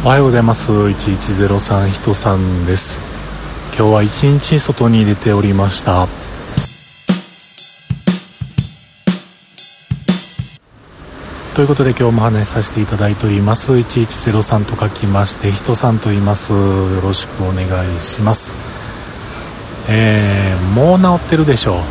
おはようございます。1103人さんです。今日は一日外に出ておりました。ということで今日もお話しさせていただいております。1103と書きまして人さんと言います。よろしくお願いします。もう治ってるでしょ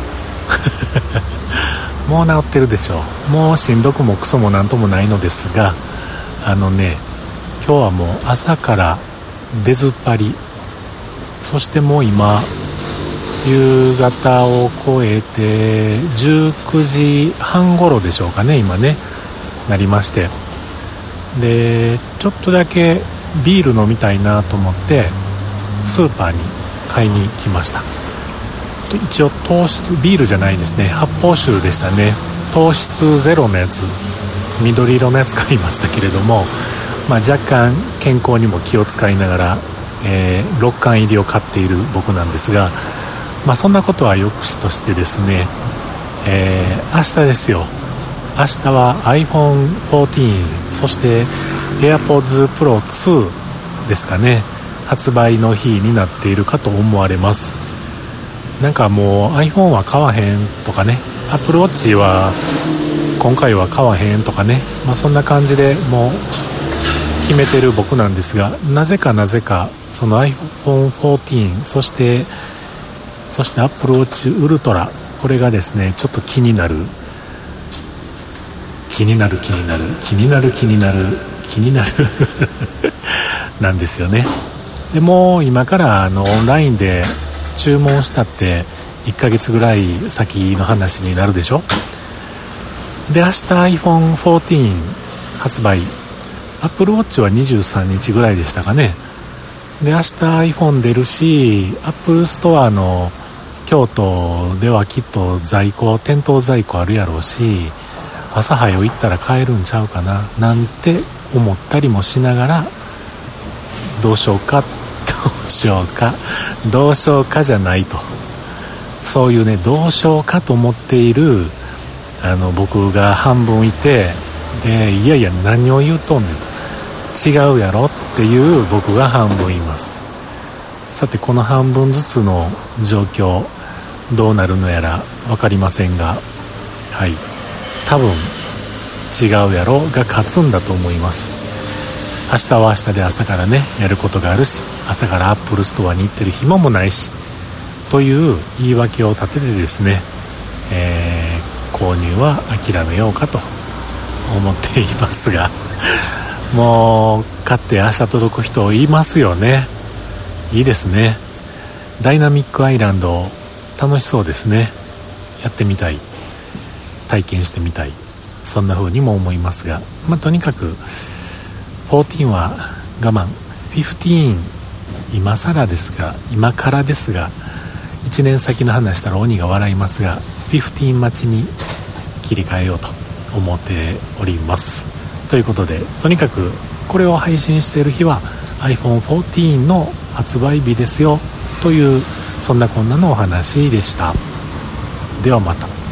うもう治ってるでしょう。もうしんどくもクソもなんともないのですが、今日はもう朝から出ずっぱり、そしてもう今夕方を超えて19時半頃でしょうかね、今ねなりまして、でちょっとだけビール飲みたいなと思ってスーパーに買いに来ました。一応糖質ビールじゃないですね、発泡酒でしたね。糖質ゼロのやつ、緑色のやつ買いましたけれども、若干健康にも気を使いながら、6缶入りを買っている僕なんですが、そんなことはよくしとしてですね、明日ですよ。明日は iPhone 14、そして AirPods Pro 2ですかね、発売の日になっているかと思われます。なんかもう iPhone は買わへんとかね、Apple Watch は今回は買わへんとかね、そんな感じでもう決めてる僕なんですが、なぜかその iPhone 14、そして Apple Watch Ultra、 これがですねちょっと気になるなんですよね。でも今からオンラインで注文したって1ヶ月ぐらい先の話になるでしょ。で明日 iPhone 14発売、Apple Watch は23日ぐらいでしたかね。で明日 iPhone 出るし、 Apple Store の京都ではきっと店頭在庫あるやろうし、朝早う行ったら買えるんちゃうかななんて思ったりもしながら、どうしようかじゃないと、そういうね、どうしようかと思っている僕が半分いて、でいや何を言うとんねんと、違うやろっていう僕が半分います。さてこの半分ずつの状況どうなるのやら分かりませんが、多分違うやろが勝つんだと思います。明日は明日で朝からねやることがあるし、朝からアップルストアに行ってる暇もないしという言い訳を立ててですね、購入は諦めようかと思っていますがもう買って明日届く人いますよね。いいですね。ダイナミックアイランド楽しそうですね。やってみたい、体験してみたい、そんな風にも思いますが、とにかく14は我慢、15今からですが1年先の話したら鬼が笑いますが、15待ちに切り替えようと思っております。ということで、とにかくこれを配信している日は iPhone 14の発売日ですよという、そんなこんなのお話でした。ではまた。